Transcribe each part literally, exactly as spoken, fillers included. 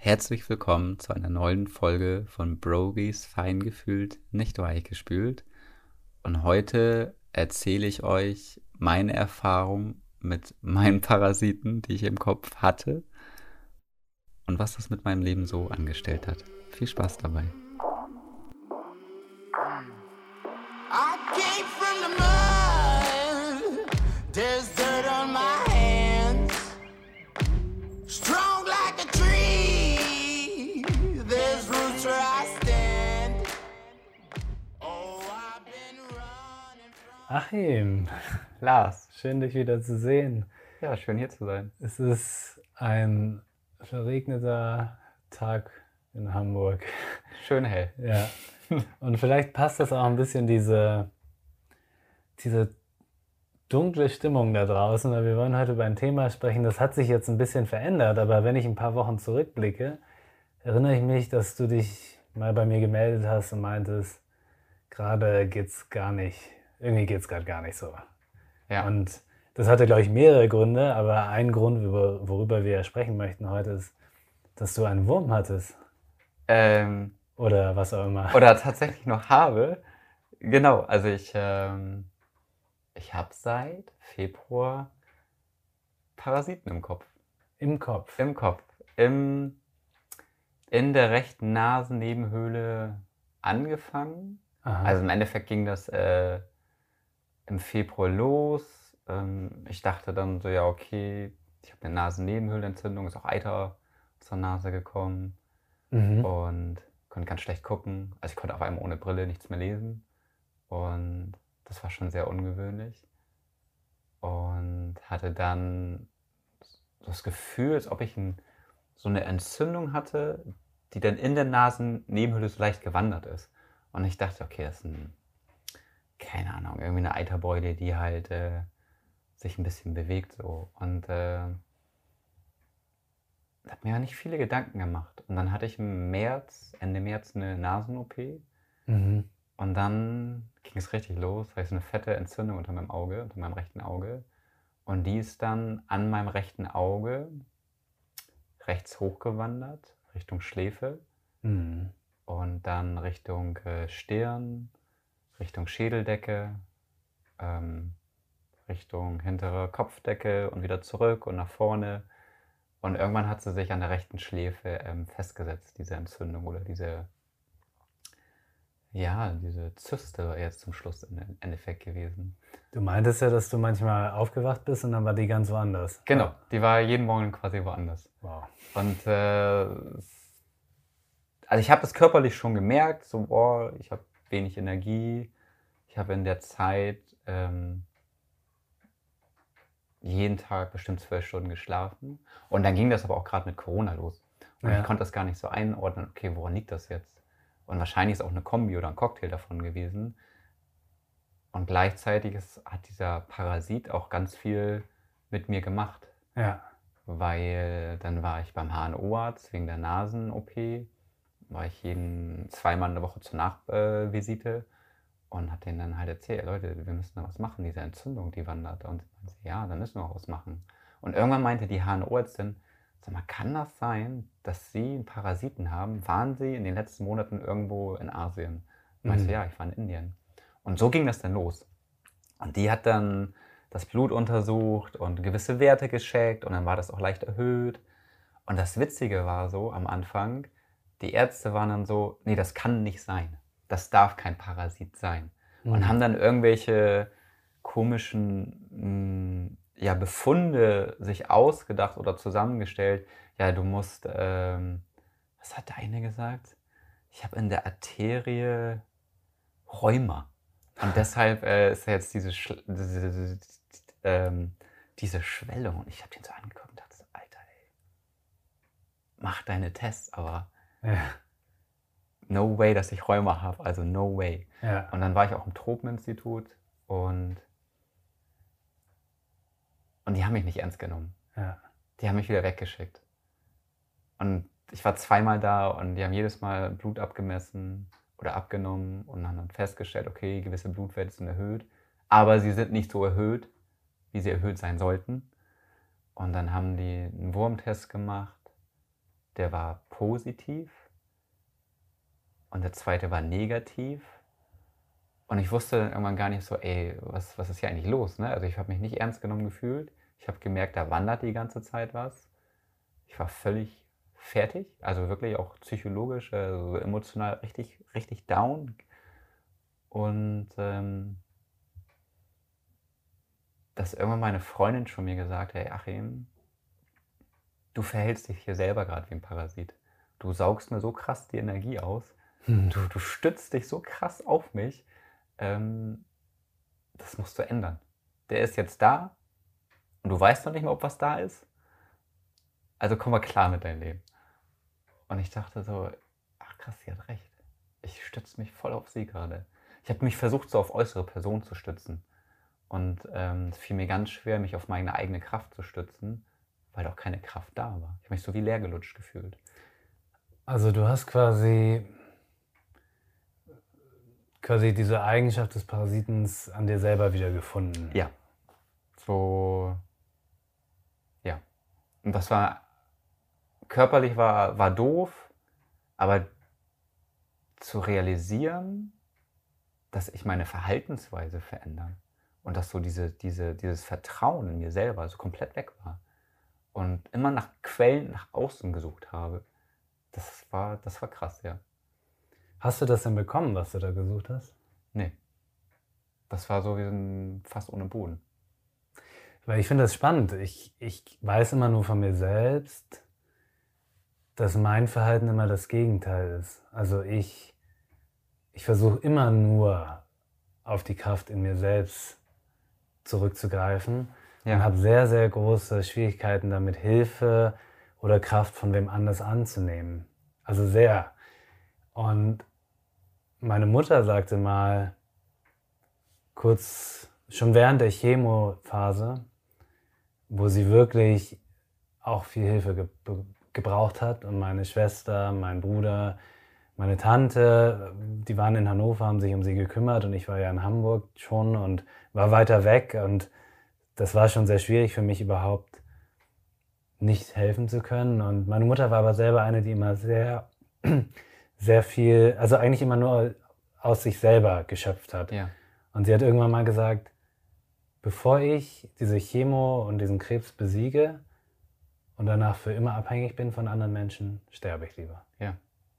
Herzlich willkommen zu einer neuen Folge von Brogies Fein gefühlt, nicht weichgespült. Und heute erzähle ich euch meine Erfahrung mit meinen Parasiten, die ich im Kopf hatte und was das mit meinem Leben so angestellt hat. Viel Spaß dabei. I came from the mud. There's dirt on my hands. Strong like a tree. There's roots where I stand. Oh, I've been running from. Achim, Lars. schön dich wieder zu sehen. Ja, schön hier zu sein. Es ist ein verregneter Tag in Hamburg. Schön hell. Ja. Und vielleicht passt das auch ein bisschen diese, diese dunkle Stimmung da draußen, weil wir wollen heute über ein Thema sprechen, das hat sich jetzt ein bisschen verändert, aber wenn ich ein paar Wochen zurückblicke, erinnere ich mich, dass du dich mal bei mir gemeldet hast und meintest, gerade geht's gar nicht, irgendwie geht's gerade gar nicht so. Ja. Und das hatte, glaube ich, mehrere Gründe, aber ein Grund, über- worüber wir sprechen möchten heute, ist, dass du einen Wurm hattest Ähm, oder was auch immer. oder tatsächlich noch habe. Genau, also ich, ähm, ich habe seit Februar Parasiten im Kopf. Im Kopf. Im Kopf. Im, in der rechten Nasennebenhöhle angefangen. Aha. Also im Endeffekt ging das äh, im Februar los. Ähm, ich dachte dann so, ja okay, ich habe eine Nasennebenhöhlenentzündung, ist auch Eiter zur Nase gekommen Mhm. und konnte ganz schlecht gucken. Also ich konnte auf einmal ohne Brille nichts mehr lesen und das war schon sehr ungewöhnlich. Und hatte dann so das Gefühl, als ob ich ein, so eine Entzündung hatte, die dann in der Nasennebenhöhle so leicht gewandert ist. Und ich dachte, okay, das ist ein, keine Ahnung, irgendwie eine Eiterbeule, die halt äh, sich ein bisschen bewegt so. Und äh, habe mir ja nicht viele Gedanken gemacht. Und dann hatte ich im März, Ende März eine Nasen-O P. Mhm. Und dann ging es richtig los, weil ich so eine fette Entzündung unter meinem Auge, unter meinem rechten Auge. Und die ist dann an meinem rechten Auge rechts hochgewandert, Richtung Schläfe. Mhm. Und dann Richtung äh, Stirn, Richtung Schädeldecke, ähm, Richtung hintere Kopfdecke und wieder zurück und nach vorne. Und irgendwann hat sie sich an der rechten Schläfe ähm, festgesetzt, diese Entzündung oder diese, ja, diese Zyste war jetzt zum Schluss im Endeffekt gewesen. Du meintest ja, dass du manchmal aufgewacht bist und dann war die ganz woanders. Genau, die war jeden Morgen quasi woanders. Wow. Und äh, also ich habe das körperlich schon gemerkt, so, boah, ich habe wenig Energie. Ich habe in der Zeit ähm, jeden Tag bestimmt zwölf Stunden geschlafen. Und dann ging das aber auch gerade mit Corona los. Und Ja. ich konnte das gar nicht so einordnen, okay, woran liegt das jetzt? Und wahrscheinlich ist auch eine Kombi oder ein Cocktail davon gewesen. Und gleichzeitig ist, hat dieser Parasit auch ganz viel mit mir gemacht. Ja. Weil dann war ich beim H N O-Arzt wegen der Nasen-O P. War ich jeden zweimal in der Woche zur Nachvisite und hat denen dann halt erzählt, Leute, wir müssen da was machen, diese Entzündung, die wandert. Und sie meinte, ja, da müssen wir auch was machen. Und irgendwann meinte die H N O-Ärztin, sag mal, kann das sein, dass Sie einen Parasiten haben? Waren Sie in den letzten Monaten irgendwo in Asien? Und ich Mhm. so, ja, ich war in Indien. Und so ging das dann los. Und die hat dann das Blut untersucht und gewisse Werte gecheckt und dann war das auch leicht erhöht. Und das Witzige war so am Anfang, die Ärzte waren dann so, nee, das kann nicht sein. Das darf kein Parasit sein. Und Mhm. haben dann irgendwelche komischen mh, ja, Befunde sich ausgedacht oder zusammengestellt. Ja, du musst, ähm, was hat der eine gesagt? Ich habe in der Arterie Rheuma. Und deshalb äh, ist jetzt diese, Schl- diese, diese, ähm, diese Schwellung. Und ich habe den so angeguckt und dachte so, Alter, ey, mach deine Tests, aber Ja. no way, dass ich Rheuma habe. Also no way. Ja. Und dann war ich auch im Tropeninstitut und, und die haben mich nicht ernst genommen. Ja. Die haben mich wieder weggeschickt. Und ich war zweimal da und die haben jedes Mal Blut abgemessen oder abgenommen und haben dann festgestellt, okay, gewisse Blutwerte sind erhöht, aber sie sind nicht so erhöht, wie sie erhöht sein sollten. Und dann haben die einen Wurmtest gemacht der war positiv und der zweite war negativ. Und ich wusste dann irgendwann gar nicht so, ey, was, was ist hier eigentlich los? Ne? Also ich habe mich nicht ernst genommen gefühlt. Ich habe gemerkt, da wandert die ganze Zeit was. Ich war völlig fertig, also wirklich auch psychologisch, also emotional richtig, richtig down. Und ähm, dass irgendwann meine Freundin schon mir gesagt hat, hey Achim, du verhältst dich hier selber gerade wie ein Parasit. Du saugst mir so krass die Energie aus. Hm. Du, du stützt dich so krass auf mich. Ähm, das musst du ändern. Der ist jetzt da und du weißt noch nicht mal, ob was da ist. Also komm mal klar mit deinem Leben. Und ich dachte so, ach krass, sie hat recht. Ich stütze mich voll auf sie gerade. Ich habe mich versucht, so auf äußere Personen zu stützen. Und ähm, es fiel mir ganz schwer, mich auf meine eigene Kraft zu stützen, weil doch keine Kraft da war. Ich habe mich so wie leer gelutscht gefühlt. Also du hast quasi, quasi diese Eigenschaft des Parasitens an dir selber wieder gefunden. Ja. So, ja. Und das war, körperlich war, war doof, aber zu realisieren, dass ich meine Verhaltensweise verändere und dass so diese, diese, dieses Vertrauen in mir selber so komplett weg war und immer nach Quellen nach außen gesucht habe, das war, das war krass, ja. Hast du das denn bekommen, was du da gesucht hast? Nee. Das war so wie ein Fass ohne Boden. Weil ich finde das spannend. Ich, ich weiß immer nur von mir selbst, dass mein Verhalten immer das Gegenteil ist. Also ich, ich versuche immer nur auf die Kraft in mir selbst zurückzugreifen Ja. und habe sehr, sehr große Schwierigkeiten damit, Hilfe oder Kraft von wem anders anzunehmen. Also sehr. Und meine Mutter sagte mal, kurz, schon während der Chemophase, wo sie wirklich auch viel Hilfe ge gebraucht hat und meine Schwester, mein Bruder, meine Tante, die waren in Hannover, haben sich um sie gekümmert und ich war ja in Hamburg schon und war weiter weg und das war schon sehr schwierig für mich überhaupt nicht helfen zu können. Und meine Mutter war aber selber eine, die immer sehr, sehr viel, also eigentlich immer nur aus sich selber geschöpft hat. Ja. Und sie hat irgendwann mal gesagt, bevor ich diese Chemo und diesen Krebs besiege und danach für immer abhängig bin von anderen Menschen, sterbe ich lieber. Ja.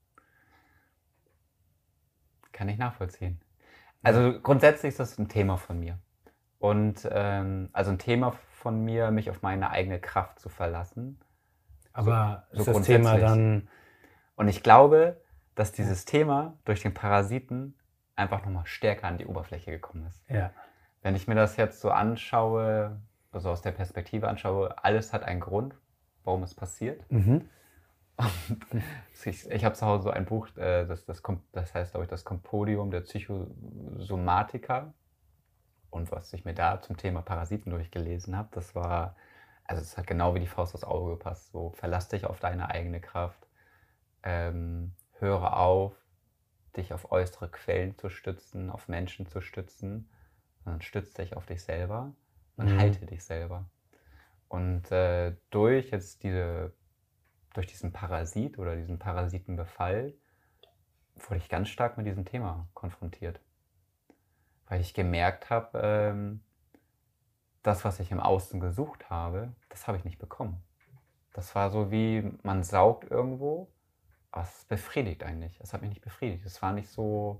Kann ich nachvollziehen. Also grundsätzlich ist das ein Thema von mir. Und ähm, also ein Thema von mir, mich auf meine eigene Kraft zu verlassen. Aber so ist das Thema grundsätzlich. dann, Und ich glaube, dass dieses Thema durch den Parasiten einfach nochmal stärker an die Oberfläche gekommen ist. ja, Wenn ich mir das jetzt so anschaue, also aus der Perspektive anschaue, alles hat einen Grund, warum es passiert. mhm. Ich, ich habe zu Hause so ein Buch, äh, das, das, kommt, das heißt, glaube ich, das Kompendium der Psychosomatiker. Und was ich mir da zum Thema Parasiten durchgelesen habe, das war, also es hat genau wie die Faust aufs Auge gepasst. So, verlass dich auf deine eigene Kraft, ähm, höre auf, dich auf äußere Quellen zu stützen, auf Menschen zu stützen, sondern stütz dich auf dich selber und Mhm. halte dich selber. Und äh, durch jetzt diese, durch diesen Parasit oder diesen Parasitenbefall wurde ich ganz stark mit diesem Thema konfrontiert. Weil ich gemerkt habe, ähm, das, was ich im Außen gesucht habe, das habe ich nicht bekommen. Das war so wie, man saugt irgendwo, aber es befriedigt einen nicht. Es hat mich nicht befriedigt. Es war nicht so,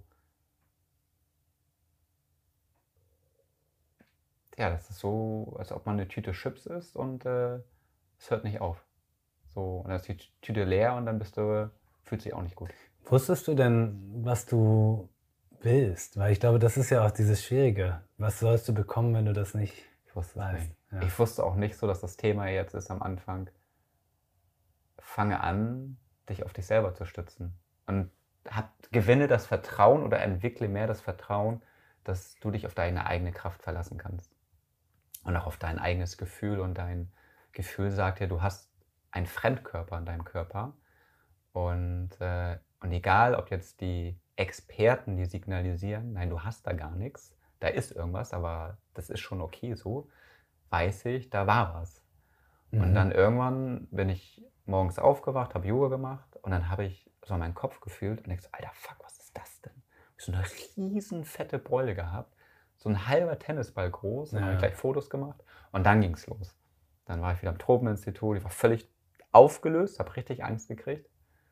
ja, das ist so, als ob man eine Tüte Chips isst und äh, es hört nicht auf. So, und dann ist die Tüte leer und dann bist du, fühlt sich auch nicht gut. Wusstest du denn, was du willst? Weil ich glaube, das ist ja auch dieses Schwierige. Was sollst du bekommen, wenn du das nicht Ich wusste es weißt? nicht. Ja. Ich wusste auch nicht so, dass das Thema jetzt ist am Anfang. Fange an, dich auf dich selber zu stützen. Und hab, gewinne das Vertrauen oder entwickle mehr das Vertrauen, dass du dich auf deine eigene Kraft verlassen kannst. Und auch auf dein eigenes Gefühl. Und dein Gefühl sagt dir, du hast einen Fremdkörper in deinem Körper. Und, äh, und egal, ob jetzt die Experten, die signalisieren, nein, du hast da gar nichts, da ist irgendwas, aber das ist schon okay so, weiß ich, da war was. Mhm. Und dann irgendwann bin ich morgens aufgewacht, habe Yoga gemacht und dann habe ich so meinen Kopf gefühlt und ich so, Alter, fuck, was ist das denn? So eine riesen fette Beule gehabt, so ein halber Tennisball groß, dann Ja. habe ich gleich Fotos gemacht und dann ging es los. Dann war ich wieder am Tropeninstitut, ich war völlig aufgelöst, habe richtig Angst gekriegt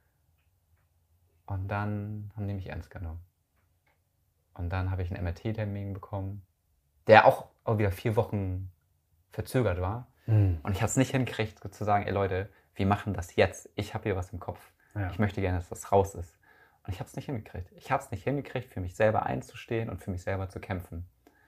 und dann haben die mich ernst genommen. Und dann habe ich einen M R T-Termin bekommen, der auch, auch wieder vier Wochen verzögert war. Mhm. Und ich habe es nicht hingekriegt, zu sagen, ey Leute, wir machen das jetzt. Ich habe hier was im Kopf. Ja. Ich möchte gerne, dass das raus ist. Und ich habe es nicht hingekriegt. Ich habe es nicht hingekriegt, für mich selber einzustehen und für mich selber zu kämpfen.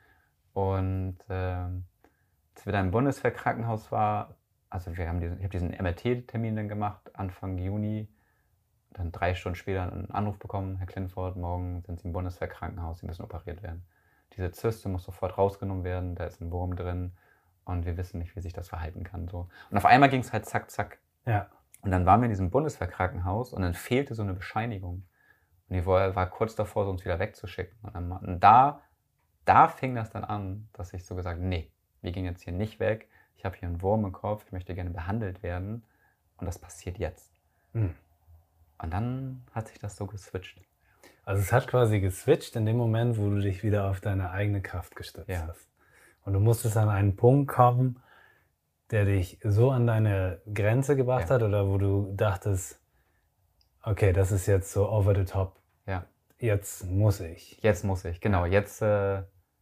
Und ähm, als wir dann im Bundeswehrkrankenhaus war, also wir haben diesen, ich habe diesen M R T-Termin dann gemacht, Anfang Juni, dann drei Stunden später einen Anruf bekommen, Herr Klinford, morgen sind Sie im Bundeswehrkrankenhaus, Sie müssen operiert werden. Diese Zyste muss sofort rausgenommen werden, da ist ein Wurm drin und wir wissen nicht, wie sich das verhalten kann. So. Und auf einmal ging es halt zack, zack. Ja. Und dann waren wir in diesem Bundeswehrkrankenhaus und dann fehlte so eine Bescheinigung. Und die war, war kurz davor, uns wieder wegzuschicken. Und, dann, und da, da fing das dann an, dass ich so gesagt habe, nee, wir gehen jetzt hier nicht weg. Ich habe hier einen Wurm im Kopf, ich möchte gerne behandelt werden. Und das passiert jetzt. Mhm. Und dann hat sich das so geswitcht. Also es hat quasi geswitcht in dem Moment, wo du dich wieder auf deine eigene Kraft gestützt Ja. hast. Und du musstest an einen Punkt kommen, der dich so an deine Grenze gebracht Ja. hat oder wo du dachtest, okay, das ist jetzt so over the top, Ja, jetzt muss ich. jetzt muss ich. Genau, jetzt äh,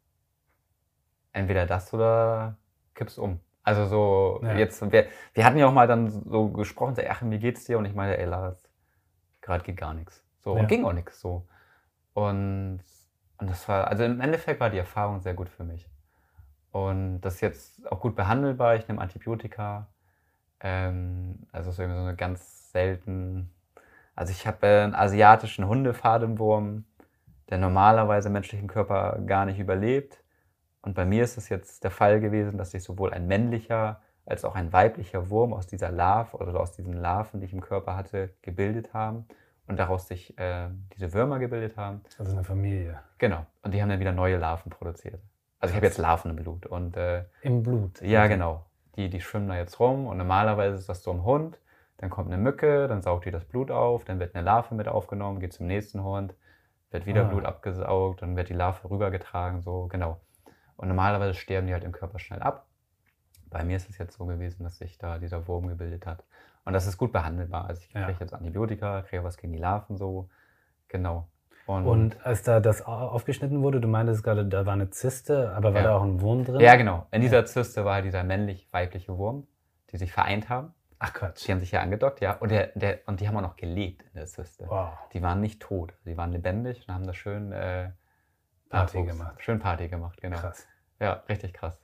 entweder das oder kippst um. Also so, Ja. jetzt, wir, wir hatten ja auch mal dann so gesprochen, so, ach, wie geht's dir? Und ich meine, ey Lars, gerade geht gar nichts. So, Ja. und ging auch nichts so. Und, und das war, also im Endeffekt war die Erfahrung sehr gut für mich. Und das ist jetzt auch gut behandelbar. Ich nehme Antibiotika. Ähm, also es ist irgendwie so eine ganz selten. Also ich habe äh, einen asiatischen Hundefadenwurm, der normalerweise im menschlichen Körper gar nicht überlebt. Und bei mir ist es jetzt der Fall gewesen, dass sich sowohl ein männlicher als auch ein weiblicher Wurm aus dieser Larve oder aus diesen Larven, die ich im Körper hatte, gebildet haben und daraus sich äh, diese Würmer gebildet haben. Also eine Familie. Genau. Und die haben dann wieder neue Larven produziert. Also ich habe jetzt Larven im Blut. Und äh, Im Blut. ja, genau. Die, die schwimmen da jetzt rum und normalerweise ist das so ein Hund. Dann kommt eine Mücke, dann saugt die das Blut auf, dann wird eine Larve mit aufgenommen, geht zum nächsten Hund, wird wieder Ah. Blut abgesaugt, dann wird die Larve rübergetragen, so, genau. Und normalerweise sterben die halt im Körper schnell ab. Bei mir ist es jetzt so gewesen, dass sich da dieser Wurm gebildet hat. Und das ist gut behandelbar. Also ich Ja. kriege jetzt Antibiotika, kriege was gegen die Larven, so, genau. Und, Und als da das au- aufgeschnitten wurde, du meintest gerade, da war eine Zyste, aber war Ja. da auch ein Wurm drin? ja, genau. In dieser Zyste war halt dieser männlich-weibliche Wurm, die sich vereint haben. Ach Quatsch. Die haben sich hier angedockt, ja. Und, der, der, und die haben auch noch gelebt in der Zyste. Wow. Die waren nicht tot. Die waren lebendig und haben da schön äh, Party Nachwuchs- gemacht. Schön Party gemacht, genau. Krass. Ja, richtig krass.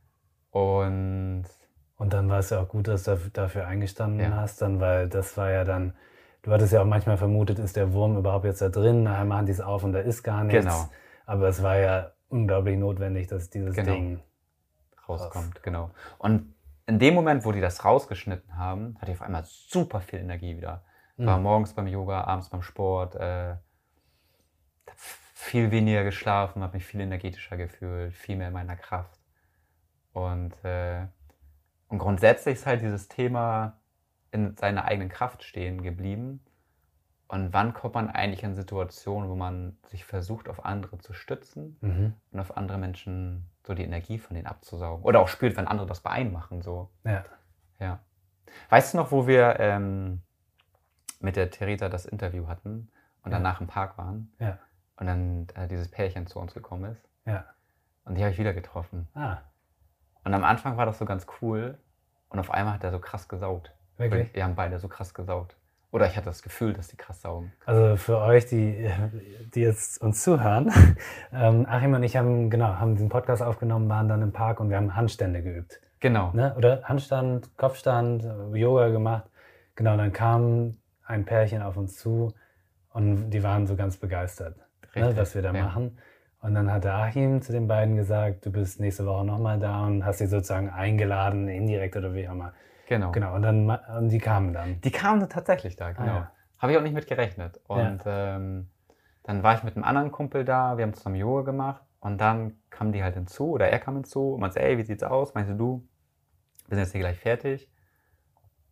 Und Und dann war es ja auch gut, dass du dafür eingestanden Ja. hast, dann, weil das war ja dann, du hattest ja auch manchmal vermutet, ist der Wurm überhaupt jetzt da drin? Nachher machen die es auf und da ist gar nichts. Genau. Aber es war ja unglaublich notwendig, dass dieses Genau. Ding. rauskommt, genau. Und in dem Moment, wo die das rausgeschnitten haben, hatte ich auf einmal super viel Energie wieder. Mhm. War morgens beim Yoga, abends beim Sport, äh, hab viel weniger geschlafen, habe mich viel energetischer gefühlt, viel mehr in meiner Kraft. Und, äh, und grundsätzlich ist halt dieses Thema in seiner eigenen Kraft stehen geblieben. Und wann kommt man eigentlich in Situationen, wo man sich versucht, auf andere zu stützen Mhm. und auf andere Menschen so die Energie von denen abzusaugen? Oder auch spürt, wenn andere das bei einem machen. So. Ja. Ja. Weißt du noch, wo wir ähm, mit der Theresa das Interview hatten und Ja. danach im Park waren Ja. und dann äh, dieses Pärchen zu uns gekommen ist? Ja. Und die habe ich wieder getroffen. Ah, Und am Anfang war das so ganz cool und auf einmal hat er so krass gesaugt. wirklich? Wir haben beide so krass gesaugt. Oder ich hatte das Gefühl, dass die krass saugen. Also für euch, die, die jetzt uns zuhören, ähm, Achim und ich haben, genau, haben diesen Podcast aufgenommen, waren dann im Park und wir haben Handstände geübt. Genau. Ne? Oder Handstand, Kopfstand, Yoga gemacht. Genau, dann kam ein Pärchen auf uns zu und die waren so ganz begeistert, ne, Richtig, was wir da ja. machen. Und dann hat der Achim zu den beiden gesagt, du bist nächste Woche nochmal da und hast sie sozusagen eingeladen, indirekt oder wie auch immer. Genau. Genau, und dann ma- und die kamen dann. Die kamen tatsächlich da, genau. ja. Habe ich auch nicht mit gerechnet. Und ähm, dann war ich mit einem anderen Kumpel da, wir haben zusammen Yoga gemacht und dann kamen die halt hinzu oder er kam hinzu und meinte, ey, wie sieht's aus? Meinst du, wir sind jetzt hier gleich fertig.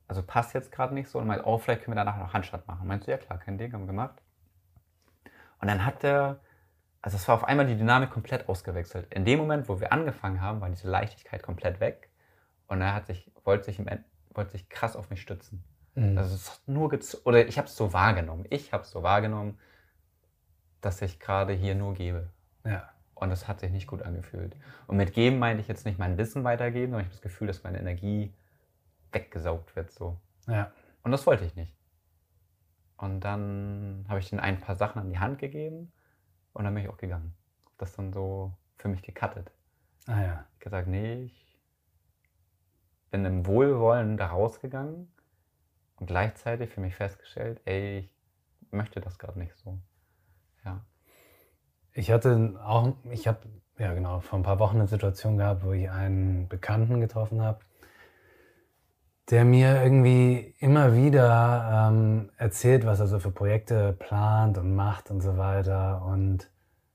also passt jetzt gerade nicht so. Und meinte, oh, vielleicht können wir danach noch Handstand machen. Meinst du, ja klar, kein Ding, haben wir gemacht. Und dann hat der, also es war auf einmal die Dynamik komplett ausgewechselt. In dem Moment, wo wir angefangen haben, war diese Leichtigkeit komplett weg. Und er hat sich, wollte sich, im End, wollte sich krass auf mich stützen. Mhm. Also es hat nur gez- oder ich habe es so wahrgenommen. Ich habe es so wahrgenommen, dass ich gerade hier nur gebe. Ja. Und es hat sich nicht gut angefühlt. Und mit geben meinte ich jetzt nicht mein Wissen weitergeben, sondern ich habe das Gefühl, dass meine Energie weggesaugt wird. So. Ja. Und das wollte ich nicht. Und dann habe ich denen ein paar Sachen an die Hand gegeben und dann bin ich auch gegangen. Das dann so für mich gecuttet. Ah ja. Ich habe gesagt, nee, ich bin im Wohlwollen da rausgegangen und gleichzeitig für mich festgestellt, ey, ich möchte das gerade nicht so. Ja. Ich hatte auch, ich habe, ja genau, vor ein paar Wochen eine Situation gehabt, wo ich einen Bekannten getroffen habe, der mir irgendwie immer wieder ähm, erzählt, was er so für Projekte plant und macht und so weiter. Und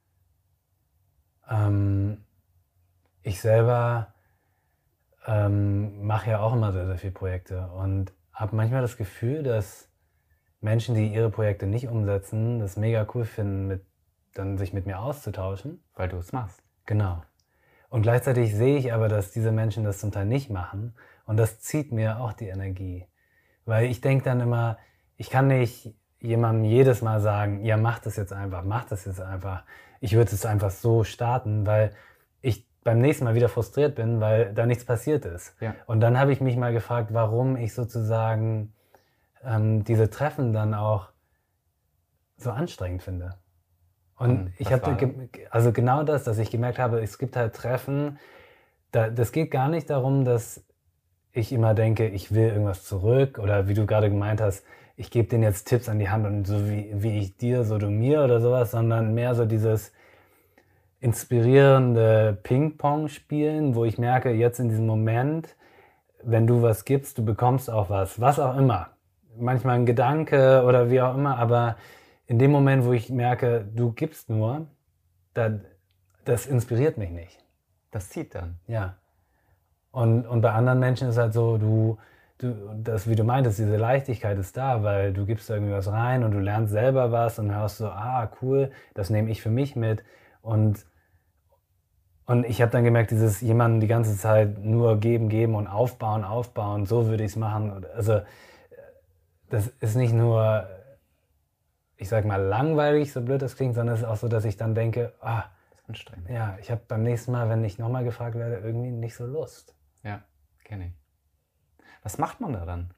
ähm, ich selber ähm, mache ja auch immer sehr, sehr viele Projekte und habe manchmal das Gefühl, dass Menschen, die ihre Projekte nicht umsetzen, das mega cool finden, mit, dann sich mit mir auszutauschen. Weil du es machst. Genau. Und gleichzeitig sehe ich aber, dass diese Menschen das zum Teil nicht machen. Und das zieht mir auch die Energie. Weil ich denke dann immer, ich kann nicht jemandem jedes Mal sagen, ja, mach das jetzt einfach, mach das jetzt einfach. Ich würde es einfach so starten, weil ich beim nächsten Mal wieder frustriert bin, weil da nichts passiert ist. Ja. Und dann habe ich mich mal gefragt, warum ich sozusagen ähm, diese Treffen dann auch so anstrengend finde. Und Und ich was habe, war ge- also genau das, dass ich gemerkt habe, es gibt halt Treffen, da, das geht gar nicht darum, dass ich immer denke, ich will irgendwas zurück oder wie du gerade gemeint hast, ich gebe denen jetzt Tipps an die Hand und so wie, wie ich dir, so du mir oder sowas, sondern mehr so dieses inspirierende Ping-Pong-Spielen, wo ich merke, jetzt in diesem Moment, wenn du was gibst, du bekommst auch was, was auch immer. Manchmal ein Gedanke oder wie auch immer, aber in dem Moment, wo ich merke, du gibst nur, da, das inspiriert mich nicht. Das zieht dann. Ja. Und, und bei anderen Menschen ist halt so, du, du, das, wie du meintest, diese Leichtigkeit ist da, weil du gibst da irgendwie was rein und du lernst selber was und hörst so, ah, cool, das nehme ich für mich mit. Und, und ich habe dann gemerkt, dieses jemanden die ganze Zeit nur geben, geben und aufbauen, aufbauen, so würde ich es machen. Also das ist nicht nur, ich sag mal, langweilig, so blöd das klingt, sondern es ist auch so, dass ich dann denke, ah, Das ist anstrengend. ja, ich habe beim nächsten Mal, wenn ich nochmal gefragt werde, irgendwie nicht so Lust. Ja, kenne ich. Was macht man da dann?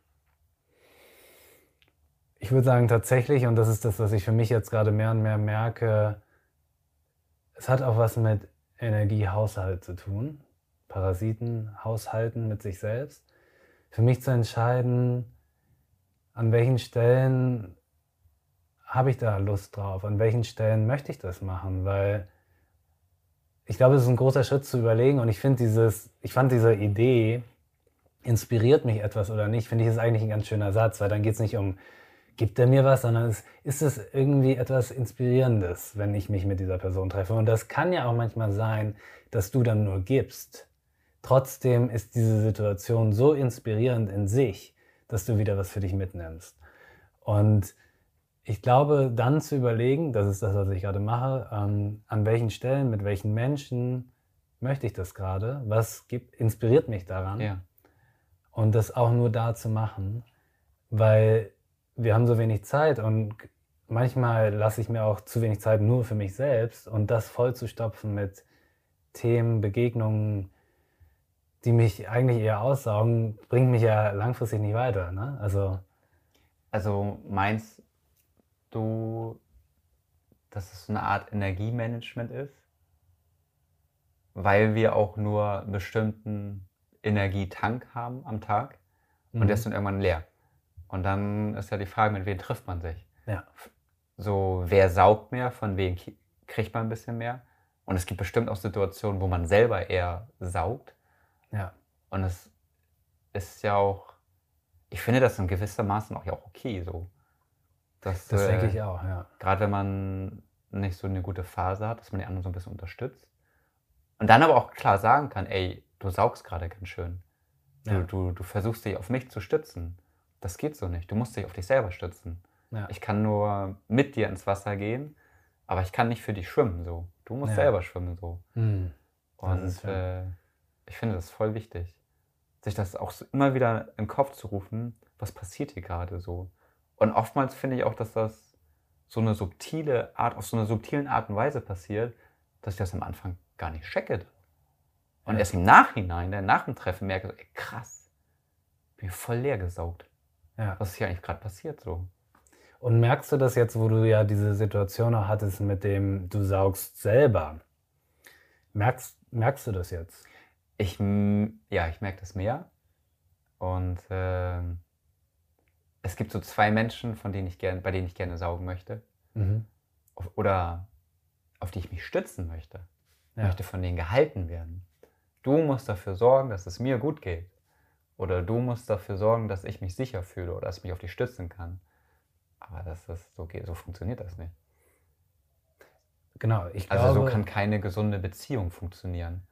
Ich würde sagen, tatsächlich, und das ist das, was ich für mich jetzt gerade mehr und mehr merke, es hat auch was mit Energiehaushalt zu tun. Parasiten, Haushalten mit sich selbst. Für mich zu entscheiden, an welchen Stellen habe ich da Lust drauf, an welchen Stellen möchte ich das machen, weil ich glaube, es ist ein großer Schritt zu überlegen und ich finde dieses, ich fand diese Idee, inspiriert mich etwas oder nicht, finde ich, ist eigentlich ein ganz schöner Satz, weil dann geht es nicht um, gibt er mir was, sondern es, ist es irgendwie etwas Inspirierendes, wenn ich mich mit dieser Person treffe. Und das kann ja auch manchmal sein, dass du dann nur gibst. Trotzdem ist diese Situation so inspirierend in sich, dass du wieder was für dich mitnimmst. Und ich glaube, dann zu überlegen, das ist das, was ich gerade mache, ähm, an welchen Stellen, mit welchen Menschen möchte ich das gerade, was gibt, inspiriert mich daran. Ja. Und das auch nur da zu machen, weil wir haben so wenig Zeit und manchmal lasse ich mir auch zu wenig Zeit nur für mich selbst und das voll zu stopfen mit Themen, Begegnungen, die mich eigentlich eher aussaugen, bringt mich ja langfristig nicht weiter. Ne? Also, Also meinst du, dass es so eine Art Energiemanagement ist? Weil wir auch nur einen bestimmten Energietank haben am Tag und Mhm. der ist dann irgendwann leer. Und dann ist ja die Frage, mit wem trifft man sich? ja. So, wer saugt mehr, von wem ki- kriegt man ein bisschen mehr? Und es gibt bestimmt auch Situationen, wo man selber eher saugt. Ja. Und es ist ja auch, ich finde das in gewisser Maßen auch ja auch okay so. Dass, Das äh, denke ich auch, ja. Gerade wenn man nicht so eine gute Phase hat, dass man die anderen so ein bisschen unterstützt. Und dann aber auch klar sagen kann, ey, du saugst gerade ganz schön. Du, Ja. du, du versuchst dich auf mich zu stützen. das geht so nicht. Du musst dich auf dich selber stützen. Ja. Ich kann nur mit dir ins Wasser gehen, aber ich kann nicht für dich schwimmen so. Du musst Ja. selber schwimmen so. Hm. Das Und ist schön. äh, ich finde das voll wichtig, sich das auch so immer wieder in den Kopf zu rufen, was passiert hier gerade so. Und oftmals finde ich auch, dass das so eine subtile Art, auf so einer subtilen Art und Weise passiert, dass ich das am Anfang gar nicht checke. Und Ja. erst im Nachhinein, dann nach dem Treffen merke ich, ey, krass, bin ich voll leer gesaugt. Ja. Was ist hier eigentlich gerade passiert so? Und merkst du das jetzt, wo du ja diese Situation auch hattest mit dem, du saugst selber? Merkst, merkst du das jetzt? Ich, m- ja, ich merke das mehr. Und ähm, es gibt so zwei Menschen, von denen ich gern, bei denen ich gerne saugen möchte. Mhm. Auf, oder auf die ich mich stützen möchte. Ich Ja. möchte von denen gehalten werden. Du musst dafür sorgen, dass es mir gut geht. Oder du musst dafür sorgen, dass ich mich sicher fühle oder dass ich mich auf dich stützen kann. Aber das ist, so, geht, so funktioniert das nicht. Genau, ich Also glaube, so kann keine gesunde Beziehung funktionieren.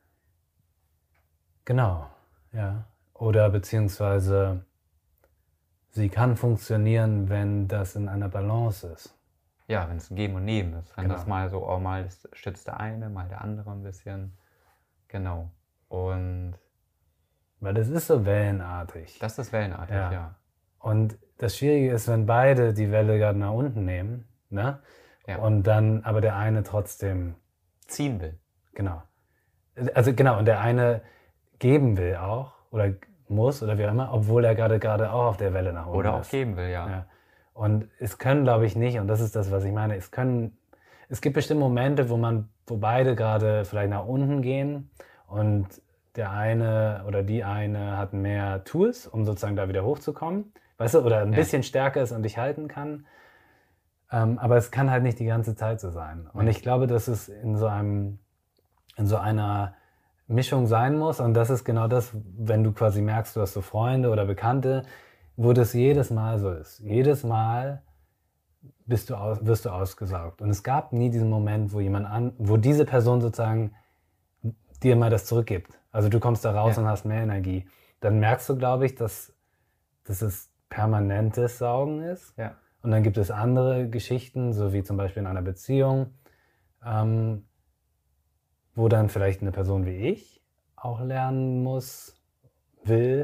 genau, ja. Oder beziehungsweise sie kann funktionieren, wenn das in einer Balance ist. Ja, wenn es ein Geben und Nehmen ist. Wenn Genau. das mal so, oh, mal das stützt der eine, mal der andere ein bisschen. Genau. Und Weil das ist so wellenartig. das ist wellenartig, Ja. ja. Und das Schwierige ist, wenn beide die Welle gerade nach unten nehmen, ne? Ja. Und dann aber der eine trotzdem, Ziehen will. genau. Also genau, und der eine geben will auch oder muss oder wie auch immer, obwohl er gerade gerade auch auf der Welle nach unten Oder auch ist. geben will, ja. Ja. Und es können, glaube ich, nicht, und das ist das, was ich meine, es können, es gibt bestimmt Momente, wo man, wo beide gerade vielleicht nach unten gehen und der eine oder die eine hat mehr Tools, um sozusagen da wieder hochzukommen, weißt du, oder ein Ja. bisschen stärker ist und dich halten kann. Ähm, aber es kann halt nicht die ganze Zeit so sein. Und Nee. ich glaube, dass es in so einem, in so einer Mischung sein muss. Und das ist genau das, wenn du quasi merkst, du hast so Freunde oder Bekannte, wo das jedes Mal so ist. Jedes Mal bist du aus, wirst du ausgesaugt. Und es gab nie diesen Moment, wo jemand an, wo diese Person sozusagen dir mal das zurückgibt. Also du kommst da raus Ja. und hast mehr Energie. Dann merkst du, glaube ich, dass, dass es permanentes Saugen ist. Ja. Und dann gibt es andere Geschichten, so wie zum Beispiel in einer Beziehung, ähm, wo dann vielleicht eine Person wie ich auch lernen muss, will,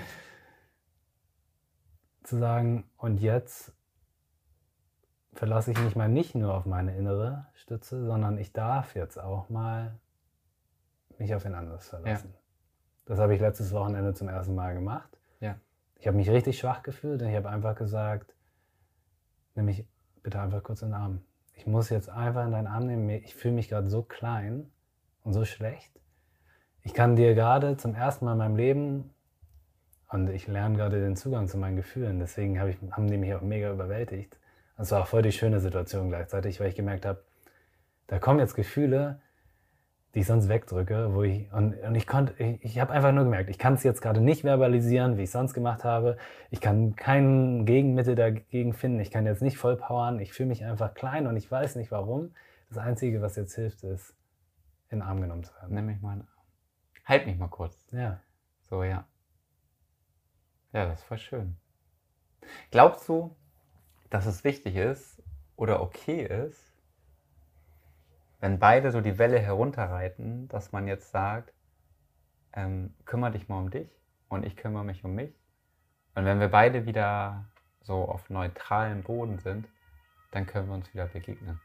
zu sagen, und jetzt verlasse ich mich mal nicht nur auf meine innere Stütze, sondern ich darf jetzt auch mal mich auf ein anderes verlassen. Das habe ich letztes Wochenende zum ersten Mal gemacht. Ja. Ich habe mich richtig schwach gefühlt und ich habe einfach gesagt, nimm mich bitte einfach kurz in den Arm. Ich muss jetzt einfach in deinen Arm nehmen. Ich fühle mich gerade so klein und so schlecht. Ich kann dir gerade zum ersten Mal in meinem Leben, und ich lerne gerade den Zugang zu meinen Gefühlen, deswegen habe ich, haben die mich auch mega überwältigt. Das war auch voll die schöne Situation gleichzeitig, weil ich gemerkt habe, da kommen jetzt Gefühle, die ich sonst wegdrücke, wo ich, und, und ich konnte, ich, ich habe einfach nur gemerkt, ich kann es jetzt gerade nicht verbalisieren, wie ich es sonst gemacht habe. Ich kann kein Gegenmittel dagegen finden, ich kann jetzt nicht voll powern, ich fühle mich einfach klein und ich weiß nicht warum. Das Einzige, was jetzt hilft, ist, in den Arm genommen zu werden. Nimm mich mal in den Arm. Halt mich mal kurz. Ja. So, ja. Ja, das ist voll schön. Glaubst du, dass es wichtig ist oder okay ist, wenn beide so die Welle herunterreiten, dass man jetzt sagt, ähm, kümmere dich mal um dich und ich kümmere mich um mich. Und wenn wir beide wieder so auf neutralem Boden sind, dann können wir uns wieder begegnen.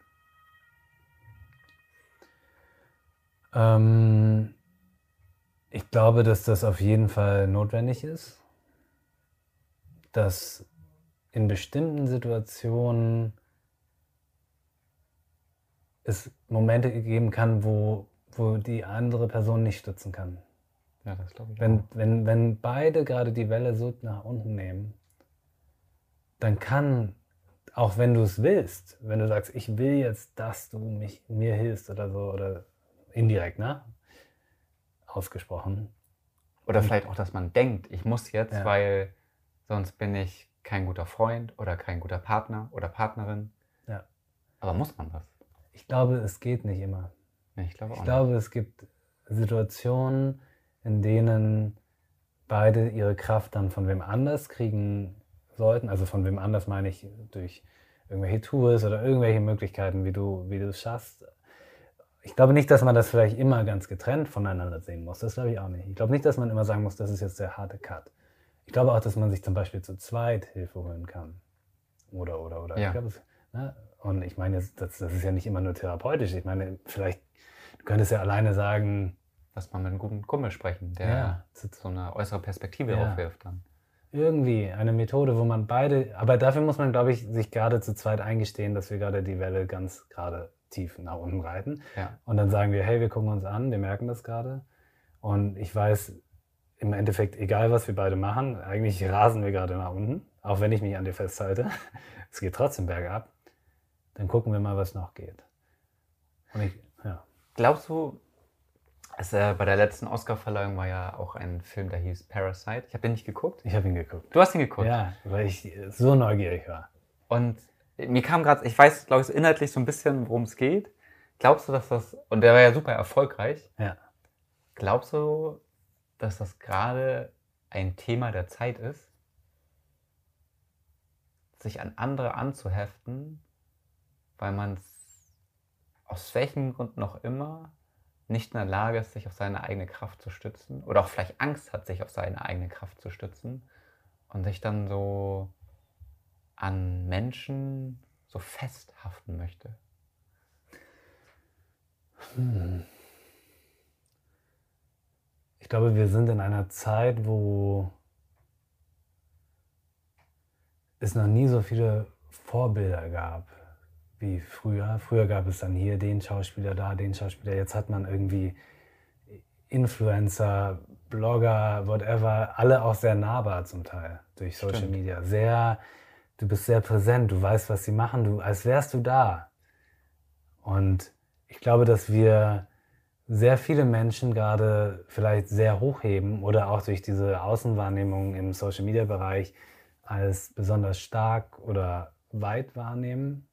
Ähm, ich glaube, dass das auf jeden Fall notwendig ist, dass in bestimmten Situationen es Momente geben kann, wo, wo die andere Person nicht stützen kann. Ja, das glaube ich Wenn, auch. wenn, wenn beide gerade die Welle so nach unten nehmen, dann kann, auch wenn du es willst, wenn du sagst, ich will jetzt, dass du mich, mir hilfst oder so, oder indirekt, ne? Ausgesprochen. Oder vielleicht auch, dass man denkt, ich muss jetzt, Ja. weil sonst bin ich kein guter Freund oder kein guter Partner oder Partnerin. Ja. Aber muss man das? Ich glaube, es geht nicht immer. Nee, ich glaube auch Ich nicht. glaube, es gibt Situationen, in denen beide ihre Kraft dann von wem anders kriegen sollten. Also von wem anders meine ich durch irgendwelche Tools oder irgendwelche Möglichkeiten, wie du, wie du es schaffst. Ich glaube nicht, dass man das vielleicht immer ganz getrennt voneinander sehen muss. Das glaube ich auch nicht. Ich glaube nicht, dass man immer sagen muss, das ist jetzt der harte Cut. Ich glaube auch, dass man sich zum Beispiel zu zweit Hilfe holen kann. Oder, oder, oder. Ja. Ich glaube, es, ne? Und ich meine, das, das ist ja nicht immer nur therapeutisch. Ich meine, vielleicht, du könntest ja alleine sagen, Lass mal mit einem guten Kumpel sprechen, der Ja. so eine äußere Perspektive Ja. drauf wirft dann. irgendwie eine Methode, wo man beide, aber dafür muss man, glaube ich, sich gerade zu zweit eingestehen, dass wir gerade die Welle ganz gerade tief nach unten reiten. Ja. Und dann sagen wir, hey, wir gucken uns an, wir merken das gerade. Und ich weiß, im Endeffekt, egal was wir beide machen, eigentlich rasen wir gerade nach unten, auch wenn ich mich an dir festhalte. Es geht trotzdem bergab. Dann gucken wir mal, was noch geht. Und ich, ja. Glaubst du, es, äh, bei der letzten Oscar-Verleihung war ja auch ein Film, der hieß Parasite. Ich habe den nicht geguckt. Ich habe ihn geguckt. Du hast ihn geguckt. Ja, weil ich so neugierig war. Und mir kam gerade, ich weiß, glaube ich, so inhaltlich so ein bisschen, worum es geht. Glaubst du, dass das, und der war ja super erfolgreich, Ja. glaubst du, dass das gerade ein Thema der Zeit ist, sich an andere anzuheften, weil man es aus welchem Grund noch immer nicht in der Lage ist, sich auf seine eigene Kraft zu stützen oder auch vielleicht Angst hat, sich auf seine eigene Kraft zu stützen und sich dann so an Menschen so festhaften möchte? Hm. Ich glaube, wir sind in einer Zeit, wo es noch nie so viele Vorbilder gab wie früher. Früher gab es dann hier den Schauspieler, da den Schauspieler. Jetzt hat man irgendwie Influencer, Blogger, whatever, alle auch sehr nahbar zum Teil durch Social Stimmt. Media. Sehr, du bist sehr präsent, du weißt, was sie machen, du, als wärst du da. Und ich glaube, dass wir sehr viele Menschen gerade vielleicht sehr hochheben oder auch durch diese Außenwahrnehmung im Social-Media-Bereich als besonders stark oder weit wahrnehmen.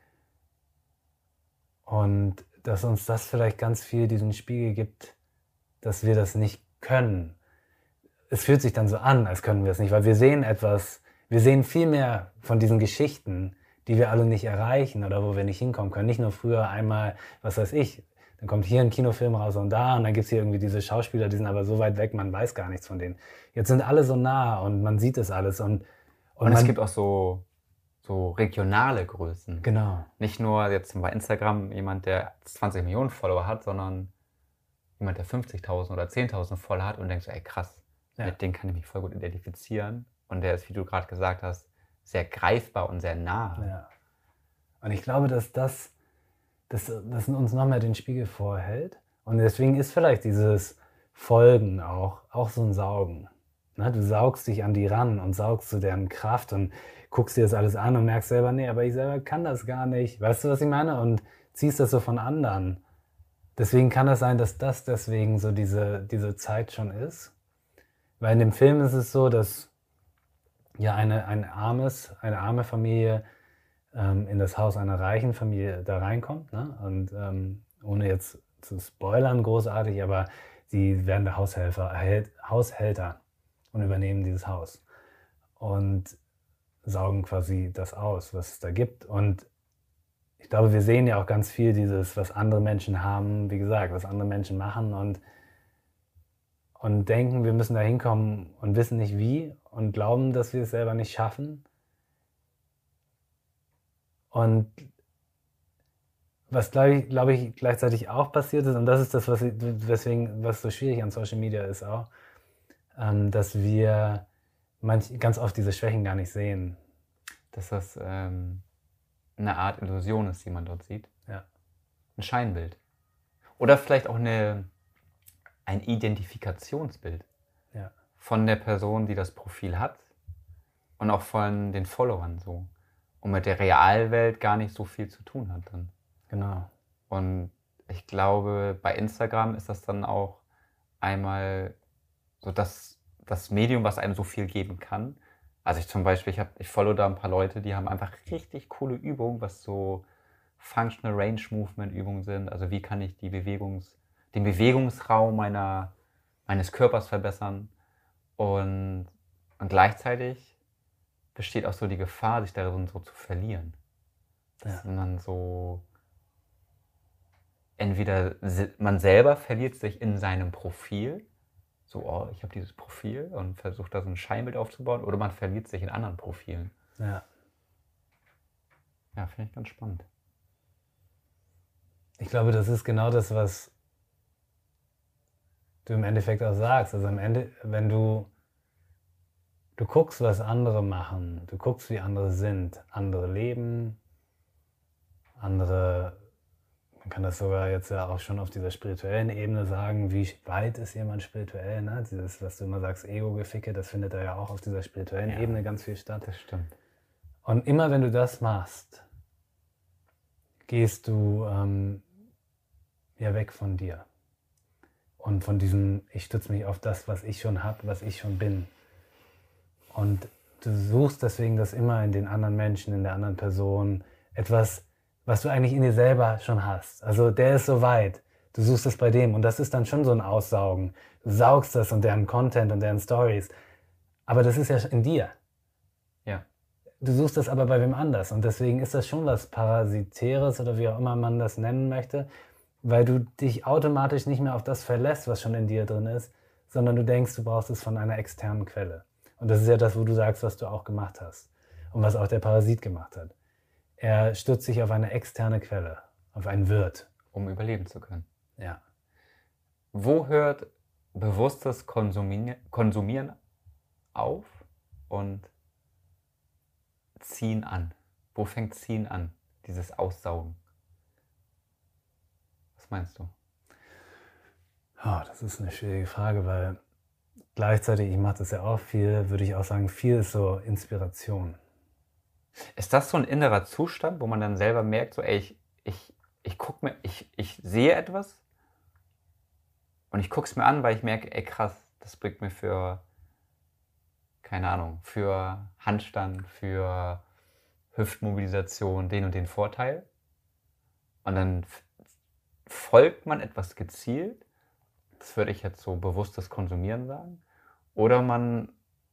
Und dass uns das vielleicht ganz viel diesen Spiegel gibt, dass wir das nicht können. Es fühlt sich dann so an, als können wir es nicht, weil wir sehen etwas, wir sehen viel mehr von diesen Geschichten, die wir alle nicht erreichen oder wo wir nicht hinkommen können. Nicht nur früher einmal, was weiß ich, dann kommt hier ein Kinofilm raus und da und dann gibt es hier irgendwie diese Schauspieler, die sind aber so weit weg, man weiß gar nichts von denen. Jetzt sind alle so nah und man sieht es alles. Und, und, Und man, es gibt auch so, so regionale Größen. Genau. Nicht nur jetzt bei Instagram jemand, der zwanzig Millionen Follower hat, sondern jemand, der fünfzigtausend oder zehntausend voll hat und denkst, ey krass, Ja. mit dem kann ich mich voll gut identifizieren. Und der ist, wie du gerade gesagt hast, sehr greifbar und sehr nah. Ja. Und ich glaube, dass das, dass, das uns noch mehr den Spiegel vorhält. Und deswegen ist vielleicht dieses Folgen auch, auch so ein Saugen. Ne? Du saugst dich an die ran und saugst zu deren Kraft und guckst dir das alles an und merkst selber, nee, aber ich selber kann das gar nicht. Weißt du, was ich meine? Und ziehst das so von anderen. Deswegen kann es sein, dass das deswegen so diese, diese Zeit schon ist. Weil in dem Film ist es so, dass ja eine, ein armes, eine arme Familie ähm, in das Haus einer reichen Familie da reinkommt. Ne? Und ähm, ohne jetzt zu spoilern großartig, aber sie werden der Haushelfer, Hält, Haushälter und übernehmen dieses Haus. Und saugen quasi das aus, was es da gibt. Und ich glaube, wir sehen ja auch ganz viel dieses, was andere Menschen haben, wie gesagt, was andere Menschen machen und, und denken, wir müssen da hinkommen und wissen nicht wie und glauben, dass wir es selber nicht schaffen. Und was, glaube ich, glaube ich, gleichzeitig auch passiert ist, und das ist das, was, ich, weswegen, was so schwierig an Social Media ist auch, ähm, dass wir manch, ganz oft diese Schwächen gar nicht sehen. Dass das ähm, eine Art Illusion ist, die man dort sieht. Ja. Ein Scheinbild. Oder vielleicht auch eine, ein Identifikationsbild Ja. von der Person, die das Profil hat und auch von den Followern so. Und mit der Realwelt gar nicht so viel zu tun hat dann. Genau. Und ich glaube, bei Instagram ist das dann auch einmal so das, das Medium, was einem so viel geben kann. Also ich zum Beispiel, ich, hab, ich follow da ein paar Leute, die haben einfach richtig coole Übungen, was so Functional Range Movement Übungen sind. Also wie kann ich die Bewegungs, den Bewegungsraum meiner, meines Körpers verbessern. Und, und gleichzeitig besteht auch so die Gefahr, sich darin so zu verlieren. Dass Ja. man so, entweder se- man selber verliert sich in seinem Profil, so, oh, ich habe dieses Profil und versucht da so ein Scheinbild aufzubauen, oder man verliert sich in anderen Profilen. Ja. Ja, finde ich ganz spannend. Ich glaube, das ist genau das, was du im Endeffekt auch sagst. Also am Ende, wenn du, du guckst, was andere machen, du guckst, wie andere sind, andere leben, andere, man kann das sogar jetzt ja auch schon auf dieser spirituellen Ebene sagen, wie weit ist jemand spirituell, ne? Dieses, was du immer sagst, Ego-Geficke, das findet da ja auch auf dieser spirituellen Ja. Ebene ganz viel statt. Das stimmt. Und immer wenn du das machst, gehst du ähm, ja weg von dir. Und von diesem, ich stütze mich auf das, was ich schon habe, was ich schon bin. Und du suchst deswegen das immer in den anderen Menschen, in der anderen Person, etwas, was du eigentlich in dir selber schon hast. Also der ist so weit, du suchst es bei dem und das ist dann schon so ein Aussaugen. Du saugst das und deren Content und deren Stories. Aber das ist ja in dir. Ja. Du suchst das aber bei wem anders und deswegen ist das schon was Parasitäres oder wie auch immer man das nennen möchte, weil du dich automatisch nicht mehr auf das verlässt, was schon in dir drin ist, sondern du denkst, du brauchst es von einer externen Quelle. Und das ist ja das, wo du sagst, was du auch gemacht hast und was auch der Parasit gemacht hat. Er stützt sich auf eine externe Quelle, auf einen Wirt. Um überleben zu können. Ja. Wo hört bewusstes Konsumieren, Konsumieren auf und Ziehen an? Wo fängt Ziehen an? Dieses Aussaugen. Was meinst du? Oh, das ist eine schwierige Frage, weil gleichzeitig, ich mache das ja auch viel, würde ich auch sagen, viel ist so Inspiration. Ist das so ein innerer Zustand, wo man dann selber merkt, so, ey, ich, ich, ich guck mir, ich, ich sehe etwas und ich gucke es mir an, weil ich merke, ey krass, das bringt mir für, keine Ahnung, für Handstand, für Hüftmobilisation den und den Vorteil. Und dann f- folgt man etwas gezielt, das würde ich jetzt so bewusstes Konsumieren sagen. Oder man,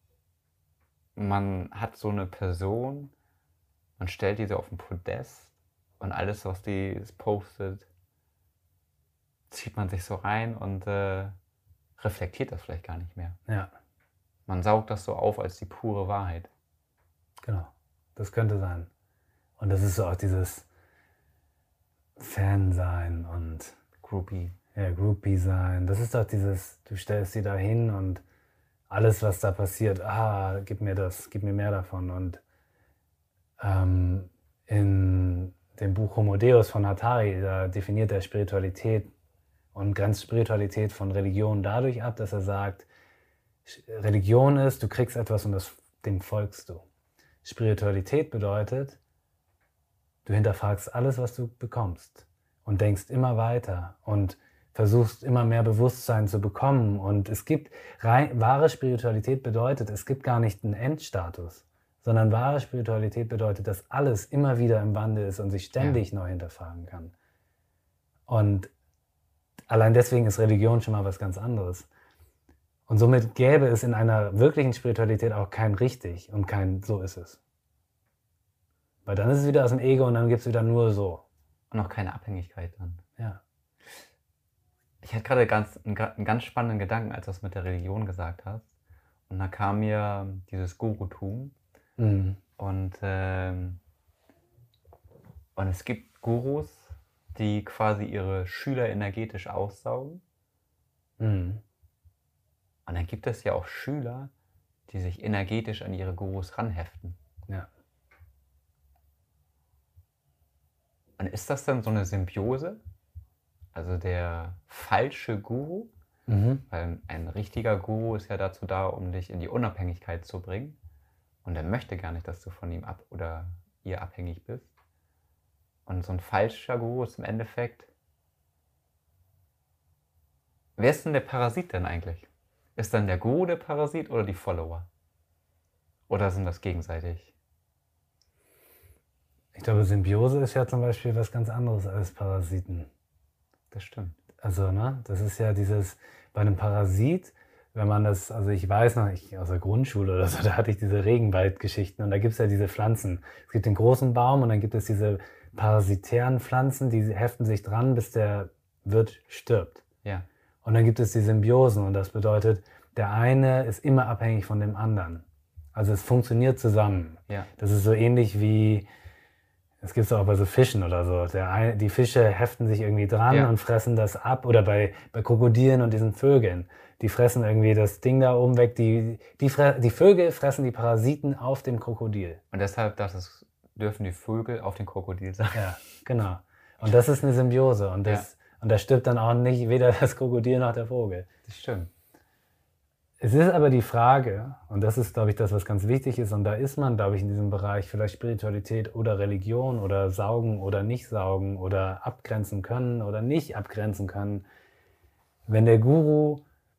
man hat so eine Person, man stellt diese auf den Podest und alles, was die postet, zieht man sich so rein und äh, reflektiert das vielleicht gar nicht mehr. Ja, Man saugt das so auf als die pure Wahrheit. genau. Das könnte sein. Und das ist so auch dieses Fan sein und Groupie. ja, Groupie sein. Das ist doch dieses, du stellst sie da hin und alles, was da passiert, ah, gib mir das, gib mir mehr davon. Und ähm, in dem Buch Homo Deus von Hatari, da definiert er Spiritualität und grenzt Spiritualität von Religion dadurch ab, dass er sagt, Religion ist, du kriegst etwas und das, dem folgst du. Spiritualität bedeutet, du hinterfragst alles, was du bekommst und denkst immer weiter und versuchst immer mehr Bewusstsein zu bekommen. Und es gibt, rein, wahre Spiritualität bedeutet, es gibt gar nicht einen Endstatus, sondern wahre Spiritualität bedeutet, dass alles immer wieder im Wandel ist und sich ständig ja. neu hinterfragen kann. Und allein deswegen ist Religion schon mal was ganz anderes. Und somit gäbe es in einer wirklichen Spiritualität auch kein richtig und kein so ist es. Weil dann ist es wieder aus dem Ego und dann gibt es wieder nur so. Und auch keine Abhängigkeit dann. Ja. Ich hatte gerade ganz, einen, einen ganz spannenden Gedanken, als du das mit der Religion gesagt hast. Und da kam mir dieses Gurutum. Mhm. Und, ähm, und es gibt Gurus, die quasi ihre Schüler energetisch aussaugen. Mhm. Und dann gibt es ja auch Schüler, die sich energetisch an ihre Gurus ranheften. Ja. Und ist das dann so eine Symbiose? Also der falsche Guru, Mhm. weil ein richtiger Guru ist ja dazu da, um dich in die Unabhängigkeit zu bringen. Und er möchte gar nicht, dass du von ihm ab oder ihr abhängig bist. Und so ein falscher Guru ist im Endeffekt... Wer ist denn der Parasit denn eigentlich? Ist dann der Guru der Parasit oder die Follower? Oder sind das gegenseitig? Ich glaube, Symbiose ist ja zum Beispiel was ganz anderes als Parasiten. Das stimmt. Also, ne, das ist ja dieses, bei einem Parasit wenn man das, also ich weiß noch, ich aus der Grundschule oder so, da hatte ich diese Regenwaldgeschichten und da gibt es ja diese Pflanzen. Es gibt den großen Baum und dann gibt es diese parasitären Pflanzen, die heften sich dran, bis der Wirt stirbt. Ja. Und dann gibt es die Symbiosen und das bedeutet, der eine ist immer abhängig von dem anderen. Also es funktioniert zusammen. Ja. Das ist so ähnlich wie, das gibt es auch bei so Fischen oder so. Der eine, die Fische heften sich irgendwie dran Ja. und fressen das ab. Oder bei, bei Krokodilen und diesen Vögeln. Die fressen irgendwie das Ding da oben weg. Die, die, fre- die Vögel fressen die Parasiten auf dem Krokodil. Und deshalb das ist, dürfen die Vögel auf den Krokodil sein. Ja, genau. Und das ist eine Symbiose. Und, das, und da stirbt dann auch nicht weder das Krokodil noch der Vogel. Das stimmt. Es ist aber die Frage, und das ist, glaube ich, das, was ganz wichtig ist, und da ist man, glaube ich, in diesem Bereich vielleicht Spiritualität oder Religion oder saugen oder nicht saugen oder abgrenzen können oder nicht abgrenzen können. Wenn der Guru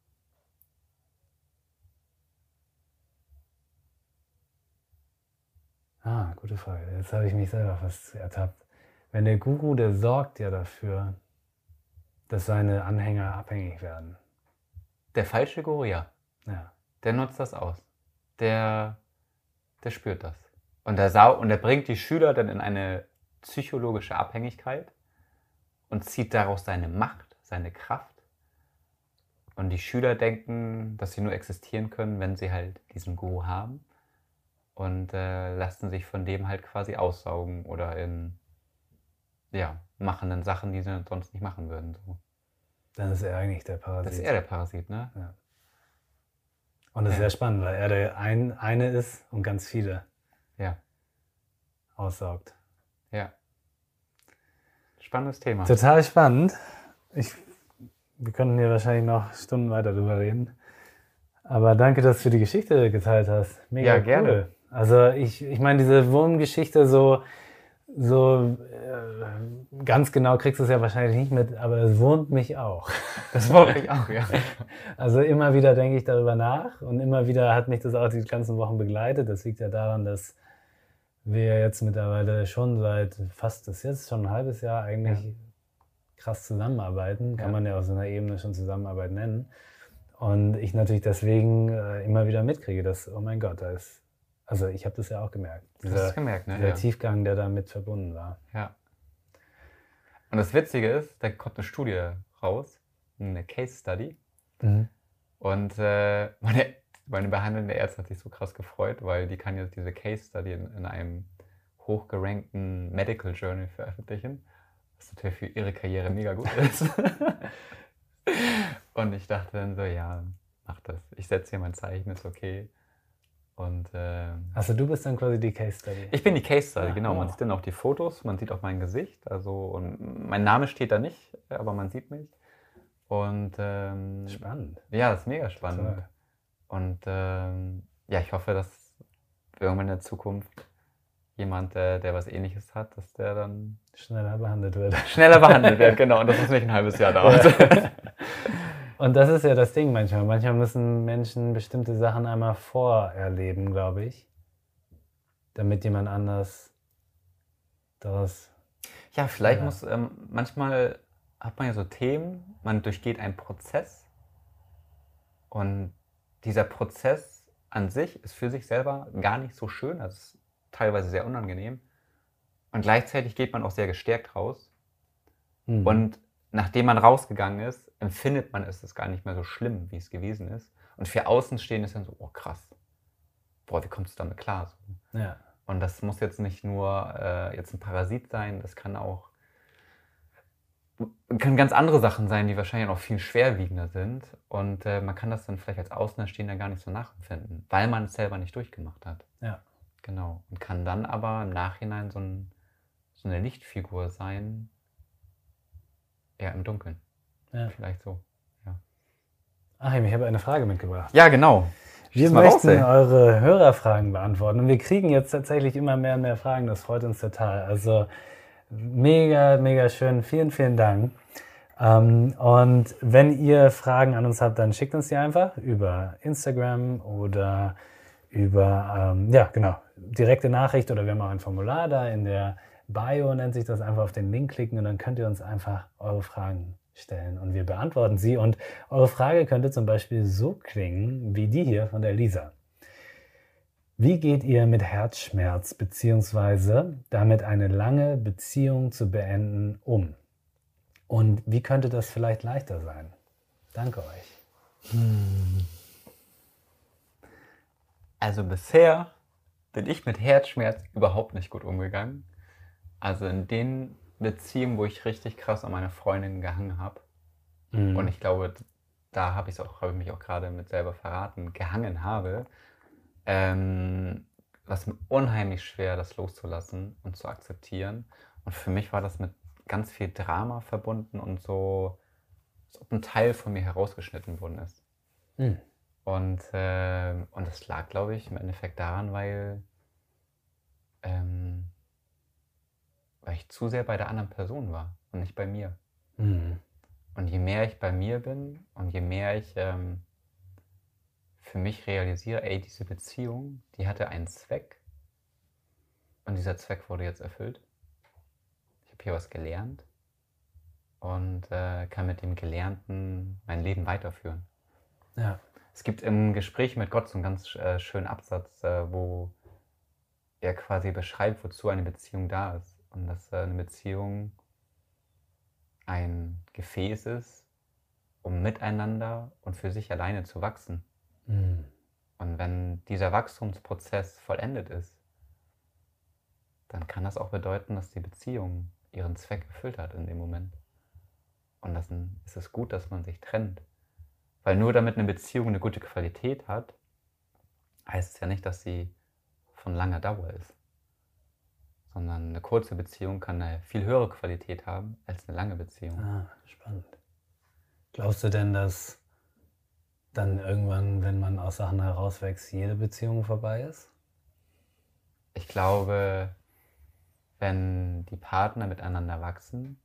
Ah, gute Frage. Jetzt habe ich mich selber fast ertappt. Wenn der Guru, der sorgt ja dafür, dass seine Anhänger abhängig werden. Der falsche Guru, ja. Ja. Der nutzt das aus. Der, der spürt das. Und der, sau und der bringt die Schüler dann in eine psychologische Abhängigkeit und zieht daraus seine Macht, seine Kraft. Und die Schüler denken, dass sie nur existieren können, wenn sie halt diesen Guru haben. Und äh, lassen sich von dem halt quasi aussaugen oder in, ja, machen dann Sachen, die sie sonst nicht machen würden. So. Dann ist er eigentlich der Parasit. Das ist er der Parasit, ne? Ja. Und das ist Ja. sehr spannend, weil er der ein, eine ist und ganz viele Ja, aussaugt. ja. Spannendes Thema. Total spannend. Ich, wir könnten hier wahrscheinlich noch Stunden weiter drüber reden. Aber danke, dass du die Geschichte geteilt hast. Mega Ja, cool. gerne. Also ich, ich meine, diese Wurmgeschichte so, so äh, ganz genau kriegst du es ja wahrscheinlich nicht mit, aber es wurmt mich auch. Das wollte ich auch, ja. Also immer wieder denke ich darüber nach und immer wieder hat mich das auch die ganzen Wochen begleitet. Das liegt ja daran, dass wir jetzt mittlerweile schon seit fast, das ist jetzt schon ein halbes Jahr eigentlich Ja. krass zusammenarbeiten. Kann Ja. man ja auf so einer Ebene schon Zusammenarbeit nennen. Und ich natürlich deswegen äh, immer wieder mitkriege, dass, oh mein Gott, da ist, also ich habe das ja auch gemerkt. Du hast es gemerkt, ne? dieser Ja. Tiefgang, der damit verbunden war. Ja. Und das Witzige ist, da kommt eine Studie raus, eine Case Study. Mhm. Und äh, meine, meine behandelnde Ärztin hat sich so krass gefreut, weil die kann jetzt diese Case Study in, in einem hochgerankten Medical Journal veröffentlichen, was natürlich für ihre Karriere mega gut ist. Und ich dachte dann so, ja, mach das. Ich setze hier mein Zeichen, ist okay. Und äh, Also du bist dann quasi die Case Study. ich bin die Case Study, Ah, genau. Man wow. sieht dann auch die Fotos, man sieht auch mein Gesicht. Also, und mein Name steht da nicht, aber man sieht mich. Und ähm, Spannend. ja, das ist mega spannend. Total. Und ähm, ja, ich hoffe, dass irgendwann in der Zukunft jemand, der, der was Ähnliches hat, dass der dann Schneller behandelt wird. schneller behandelt wird. Genau, und das muss nicht ein halbes Jahr dauern. Und das ist ja das Ding manchmal. Manchmal müssen Menschen bestimmte Sachen einmal vorerleben, glaube ich, damit jemand anders daraus... Ja, vielleicht Ja. muss, ähm, manchmal hat man ja so Themen, man durchgeht einen Prozess und dieser Prozess an sich ist für sich selber gar nicht so schön, also es ist teilweise sehr unangenehm und gleichzeitig geht man auch sehr gestärkt raus Mhm. und nachdem man rausgegangen ist, empfindet man es ist gar nicht mehr so schlimm, wie es gewesen ist und für Außenstehende ist dann so, oh krass, boah, wie kommst du damit klar? So. Ja. Und das muss jetzt nicht nur äh, jetzt ein Parasit sein, das kann auch können ganz andere Sachen sein, die wahrscheinlich auch viel schwerwiegender sind. Und äh, man kann das dann vielleicht als Außenstehender gar nicht so nachempfinden, weil man es selber nicht durchgemacht hat. Ja. Genau. Und kann dann aber im Nachhinein so, ein, so eine Lichtfigur sein, eher im Dunkeln. Ja. Vielleicht so. Achim, ich habe eine Frage mitgebracht. Ja, genau. Wir Schieß mal raus, möchten ey. eure Hörerfragen beantworten und wir kriegen jetzt tatsächlich immer mehr und mehr Fragen, das freut uns total. Also mega, mega schön, vielen, vielen Dank. Ähm, und wenn ihr Fragen an uns habt, dann schickt uns die einfach über Instagram oder über, ähm, ja genau, direkte Nachricht oder wir haben auch ein Formular da in der Bio, nennt sich das, einfach auf den Link klicken und dann könnt ihr uns einfach eure Fragen stellen und wir beantworten sie. Und eure Frage könnte zum Beispiel so klingen wie die hier von der Lisa. Wie geht ihr mit Herzschmerz bzw. damit eine lange Beziehung zu beenden um? Und wie könnte das vielleicht leichter sein? Danke euch. Also bisher bin ich mit Herzschmerz überhaupt nicht gut umgegangen. Also in den Beziehungen, wo ich richtig krass an meine Freundin gehangen habe. Mhm. Und ich glaube, da habe ich auch, habe ich mich auch gerade mit selber verraten, gehangen habe. Ähm, was mir unheimlich schwer, das loszulassen und zu akzeptieren. Und für mich war das mit ganz viel Drama verbunden und so, als ob ein Teil von mir herausgeschnitten worden ist. Mhm. Und, äh, und das lag, glaube ich, im Endeffekt daran, weil, ähm, weil ich zu sehr bei der anderen Person war und nicht bei mir. Mhm. Und je mehr ich bei mir bin und je mehr ich ähm, für mich realisiere, ey, diese Beziehung, die hatte einen Zweck und dieser Zweck wurde jetzt erfüllt. Ich habe hier was gelernt und äh, kann mit dem Gelernten mein Leben weiterführen. Ja. Es gibt im Gespräch mit Gott so einen ganz äh, schönen Absatz, äh, wo er quasi beschreibt, wozu eine Beziehung da ist. Und dass äh, eine Beziehung ein Gefäß ist, um miteinander und für sich alleine zu wachsen. Mhm. Und wenn dieser Wachstumsprozess vollendet ist, dann kann das auch bedeuten, dass die Beziehung ihren Zweck erfüllt hat in dem Moment. Und dann ist es gut, dass man sich trennt. Weil nur damit eine Beziehung eine gute Qualität hat, heißt es ja nicht, dass sie von langer Dauer ist. Sondern eine kurze Beziehung kann eine viel höhere Qualität haben als eine lange Beziehung. Ah, spannend. Glaubst du denn, dass dann irgendwann, wenn man aus Sachen herauswächst, jede Beziehung vorbei ist? Ich glaube, wenn die Partner miteinander wachsen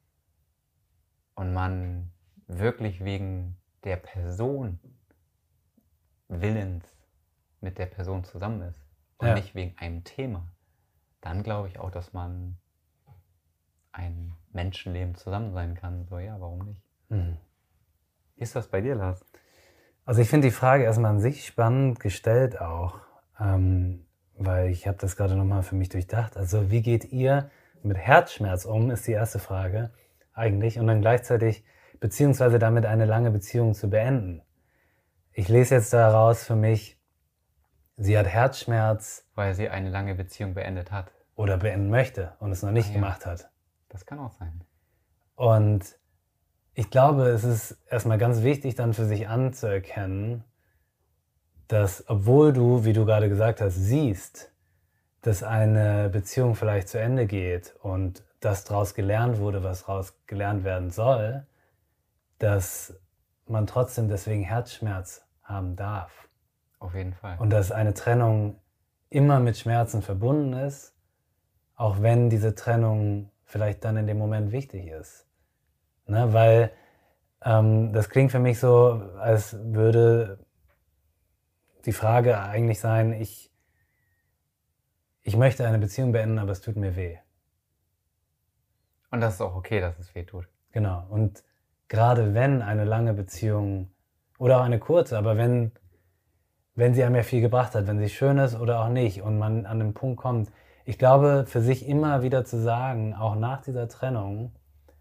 und man wirklich wegen der Person willens mit der Person zusammen ist und Ja. nicht wegen einem Thema, dann glaube ich auch, dass man ein Menschenleben zusammen sein kann. So, ja, warum nicht? Mhm. Wie ist das bei dir, Lars? Also ich finde die Frage erstmal an sich spannend gestellt auch, ähm, weil ich habe das gerade nochmal für mich durchdacht. Also wie geht ihr mit Herzschmerz um, ist die erste Frage eigentlich. Und dann gleichzeitig, beziehungsweise damit eine lange Beziehung zu beenden. Ich lese jetzt daraus für mich, sie hat Herzschmerz Weil sie eine lange Beziehung beendet hat. oder beenden möchte und es noch nicht Ah, ja. gemacht hat. Das kann auch sein. Und ich glaube, es ist erstmal ganz wichtig, dann für sich anzuerkennen, dass obwohl du, wie du gerade gesagt hast, siehst, dass eine Beziehung vielleicht zu Ende geht und dass daraus gelernt wurde, was daraus gelernt werden soll, dass man trotzdem deswegen Herzschmerz haben darf. Auf jeden Fall. Und dass eine Trennung immer mit Schmerzen verbunden ist, auch wenn diese Trennung vielleicht dann in dem Moment wichtig ist. Ne? Weil ähm, das klingt für mich so, als würde die Frage eigentlich sein, ich, ich möchte eine Beziehung beenden, aber es tut mir weh. Und das ist auch okay, dass es weh tut. Genau. Und gerade wenn eine lange Beziehung oder auch eine kurze, aber wenn, wenn sie einem ja viel gebracht hat, wenn sie schön ist oder auch nicht und man an den Punkt kommt, ich glaube, für sich immer wieder zu sagen, auch nach dieser Trennung,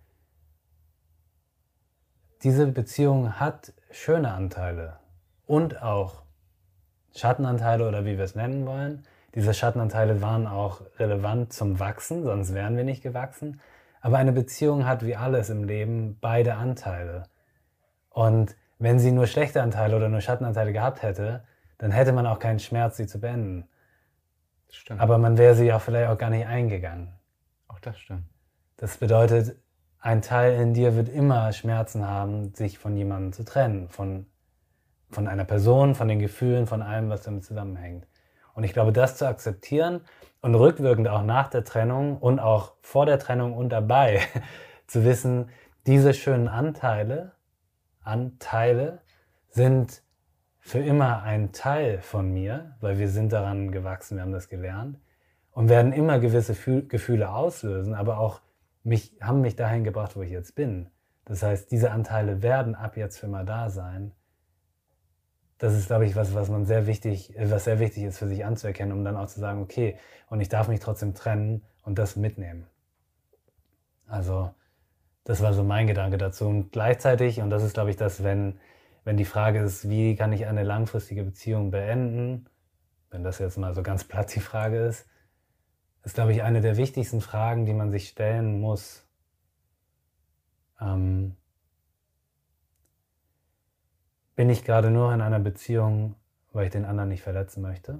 diese Beziehung hat schöne Anteile und auch Schattenanteile oder wie wir es nennen wollen. Diese Schattenanteile waren auch relevant zum Wachsen, sonst wären wir nicht gewachsen. Aber eine Beziehung hat wie alles im Leben beide Anteile. Und wenn sie nur schlechte Anteile oder nur Schattenanteile gehabt hätte, dann hätte man auch keinen Schmerz, sie zu beenden. Das stimmt. Aber man wäre sie auch vielleicht auch gar nicht eingegangen. Auch das stimmt. Das bedeutet, ein Teil in dir wird immer Schmerzen haben, sich von jemandem zu trennen, von, von einer Person, von den Gefühlen, von allem, was damit zusammenhängt. Und ich glaube, das zu akzeptieren und rückwirkend auch nach der Trennung und auch vor der Trennung und dabei zu wissen, diese schönen Anteile, Anteile sind für immer ein Teil von mir, weil wir sind daran gewachsen, wir haben das gelernt und werden immer gewisse Gefühle auslösen, aber auch mich, haben mich dahin gebracht, wo ich jetzt bin. Das heißt, diese Anteile werden ab jetzt für immer da sein. Das ist, glaube ich, was, was man sehr wichtig, was sehr wichtig ist für sich anzuerkennen, um dann auch zu sagen, okay, und ich darf mich trotzdem trennen und das mitnehmen. Also das war so mein Gedanke dazu. Und gleichzeitig, und das ist, glaube ich, das, wenn, wenn die Frage ist, wie kann ich eine langfristige Beziehung beenden, wenn das jetzt mal so ganz platt die Frage ist, ist, glaube ich, eine der wichtigsten Fragen, die man sich stellen muss. Ähm, bin ich gerade nur in einer Beziehung, weil ich den anderen nicht verletzen möchte?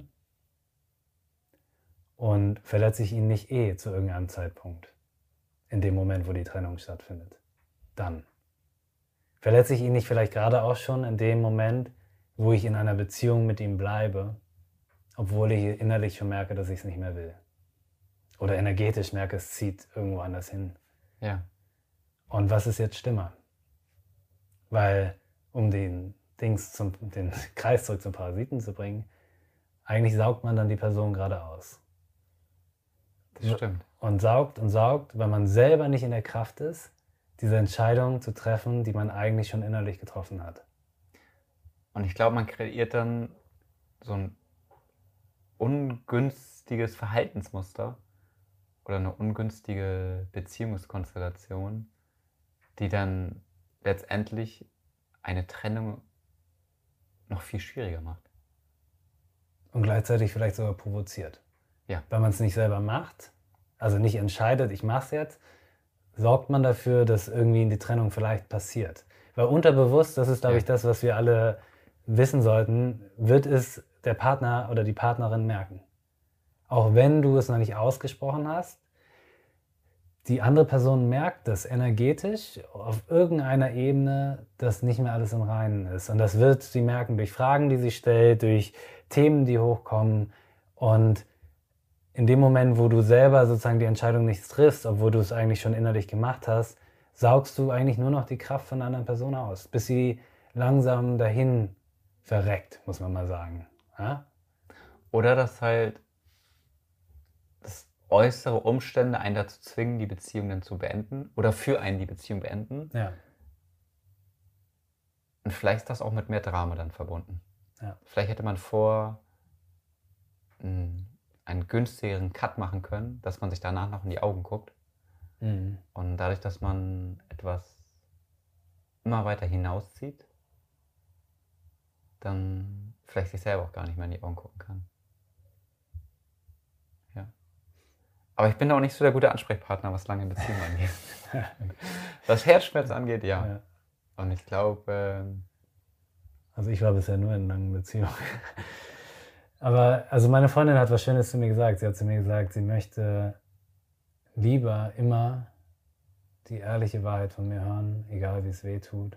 Und verletze ich ihn nicht eh zu irgendeinem Zeitpunkt, in dem Moment, wo die Trennung stattfindet? Dann. Verletze ich ihn nicht vielleicht gerade auch schon in dem Moment, wo ich in einer Beziehung mit ihm bleibe, obwohl ich innerlich schon merke, dass ich es nicht mehr will? Oder energetisch merke, es zieht irgendwo anders hin. Ja. Und was ist jetzt schlimmer? Weil, um den, Dings zum, den Kreis zurück zum Parasiten zu bringen, eigentlich saugt man dann die Person gerade aus. Das stimmt. Und saugt und saugt, weil man selber nicht in der Kraft ist, diese Entscheidung zu treffen, die man eigentlich schon innerlich getroffen hat. Und ich glaube, man kreiert dann so ein ungünstiges Verhaltensmuster oder eine ungünstige Beziehungskonstellation, die dann letztendlich eine Trennung noch viel schwieriger macht. Und gleichzeitig vielleicht sogar provoziert. Ja. Weil man es nicht selber macht, also nicht entscheidet, ich mache es jetzt, sorgt man dafür, dass irgendwie die Trennung vielleicht passiert. Weil unterbewusst, das ist, glaube Ja. ich, das, was wir alle wissen sollten, wird es der Partner oder die Partnerin merken. Auch wenn du es noch nicht ausgesprochen hast, die andere Person merkt das energetisch auf irgendeiner Ebene, dass nicht mehr alles im Reinen ist. Und das wird sie merken durch Fragen, die sie stellt, durch Themen, die hochkommen. Und in dem Moment, wo du selber sozusagen die Entscheidung nicht triffst, obwohl du es eigentlich schon innerlich gemacht hast, saugst du eigentlich nur noch die Kraft von einer anderen Person aus, bis sie langsam dahin verreckt, muss man mal sagen. Ja? Oder dass halt dass äußere Umstände einen dazu zwingen, die Beziehung dann zu beenden oder für einen die Beziehung beenden. Ja. Und vielleicht ist das auch mit mehr Drama dann verbunden. Ja. Vielleicht hätte man vor mh, einen günstigeren Cut machen können, dass man sich danach noch in die Augen guckt. Mhm. Und dadurch, dass man etwas immer weiter hinauszieht, dann vielleicht sich selber auch gar nicht mehr in die Augen gucken kann. Ja. Aber ich bin da auch nicht so der gute Ansprechpartner, was lange Beziehungen angeht. Was Herzschmerz angeht, ja. Ja. Und ich glaube, ähm, Also ich war bisher nur in langen Beziehungen. Aber also meine Freundin hat was Schönes zu mir gesagt. Sie hat zu mir gesagt, sie möchte lieber immer die ehrliche Wahrheit von mir hören, egal wie es weh tut,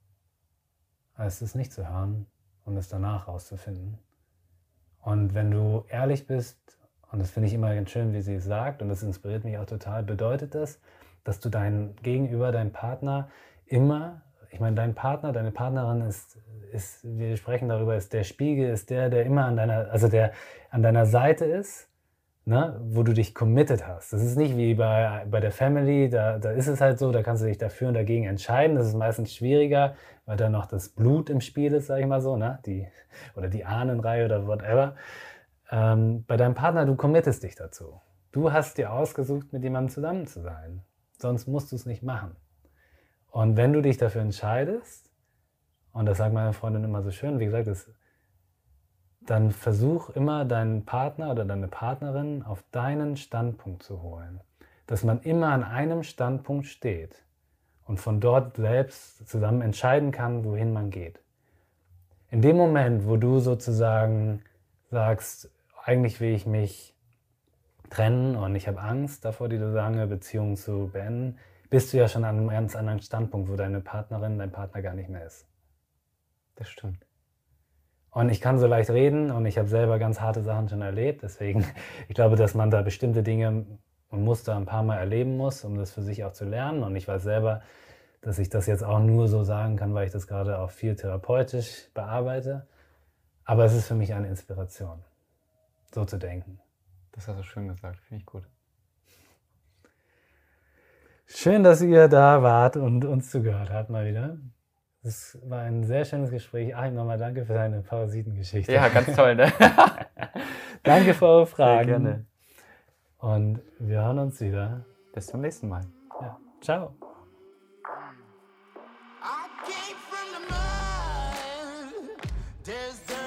als es nicht zu hören und es danach rauszufinden. Und wenn du ehrlich bist, und das finde ich immer ganz schön, wie sie es sagt, und das inspiriert mich auch total, bedeutet das, dass du deinen Gegenüber, deinen Partner immer, ich meine, dein Partner, deine Partnerin ist, ist, wir sprechen darüber, ist der Spiegel, ist der, der immer an deiner, also der an deiner Seite ist, ne, wo du dich committed hast. Das ist nicht wie bei, bei der Family, da, da ist es halt so, da kannst du dich dafür und dagegen entscheiden. Das ist meistens schwieriger, weil da noch das Blut im Spiel ist, sag ich mal so, ne, die, oder die Ahnenreihe oder whatever. Ähm, bei deinem Partner, du committest dich dazu. Du hast dir ausgesucht, mit jemandem zusammen zu sein. Sonst musst du es nicht machen. Und wenn du dich dafür entscheidest, und das sagt meine Freundin immer so schön, wie gesagt, das, dann versuch immer deinen Partner oder deine Partnerin auf deinen Standpunkt zu holen. Dass man immer an einem Standpunkt steht und von dort selbst zusammen entscheiden kann, wohin man geht. In dem Moment, wo du sozusagen sagst, eigentlich will ich mich trennen und ich habe Angst davor, die lange Beziehung zu beenden, bist du ja schon an einem ganz anderen Standpunkt, wo deine Partnerin, dein Partner gar nicht mehr ist. das stimmt. Und ich kann so leicht reden und ich habe selber ganz harte Sachen schon erlebt. Deswegen, ich glaube, dass man da bestimmte Dinge und Muster ein paar Mal erleben muss, um das für sich auch zu lernen. Und ich weiß selber, dass ich das jetzt auch nur so sagen kann, weil ich das gerade auch viel therapeutisch bearbeite. Aber es ist für mich eine Inspiration, so zu denken. Das hast du schön gesagt, finde ich gut. Schön, dass ihr da wart und uns zugehört habt mal wieder. Es war ein sehr schönes Gespräch. Achim, nochmal danke für deine Parasitengeschichte. Ja, ganz toll, ne? Danke für eure Fragen. Sehr gerne. Und wir hören uns wieder. Bis zum nächsten Mal. Ja. Ciao. I came from the mud. There's dirt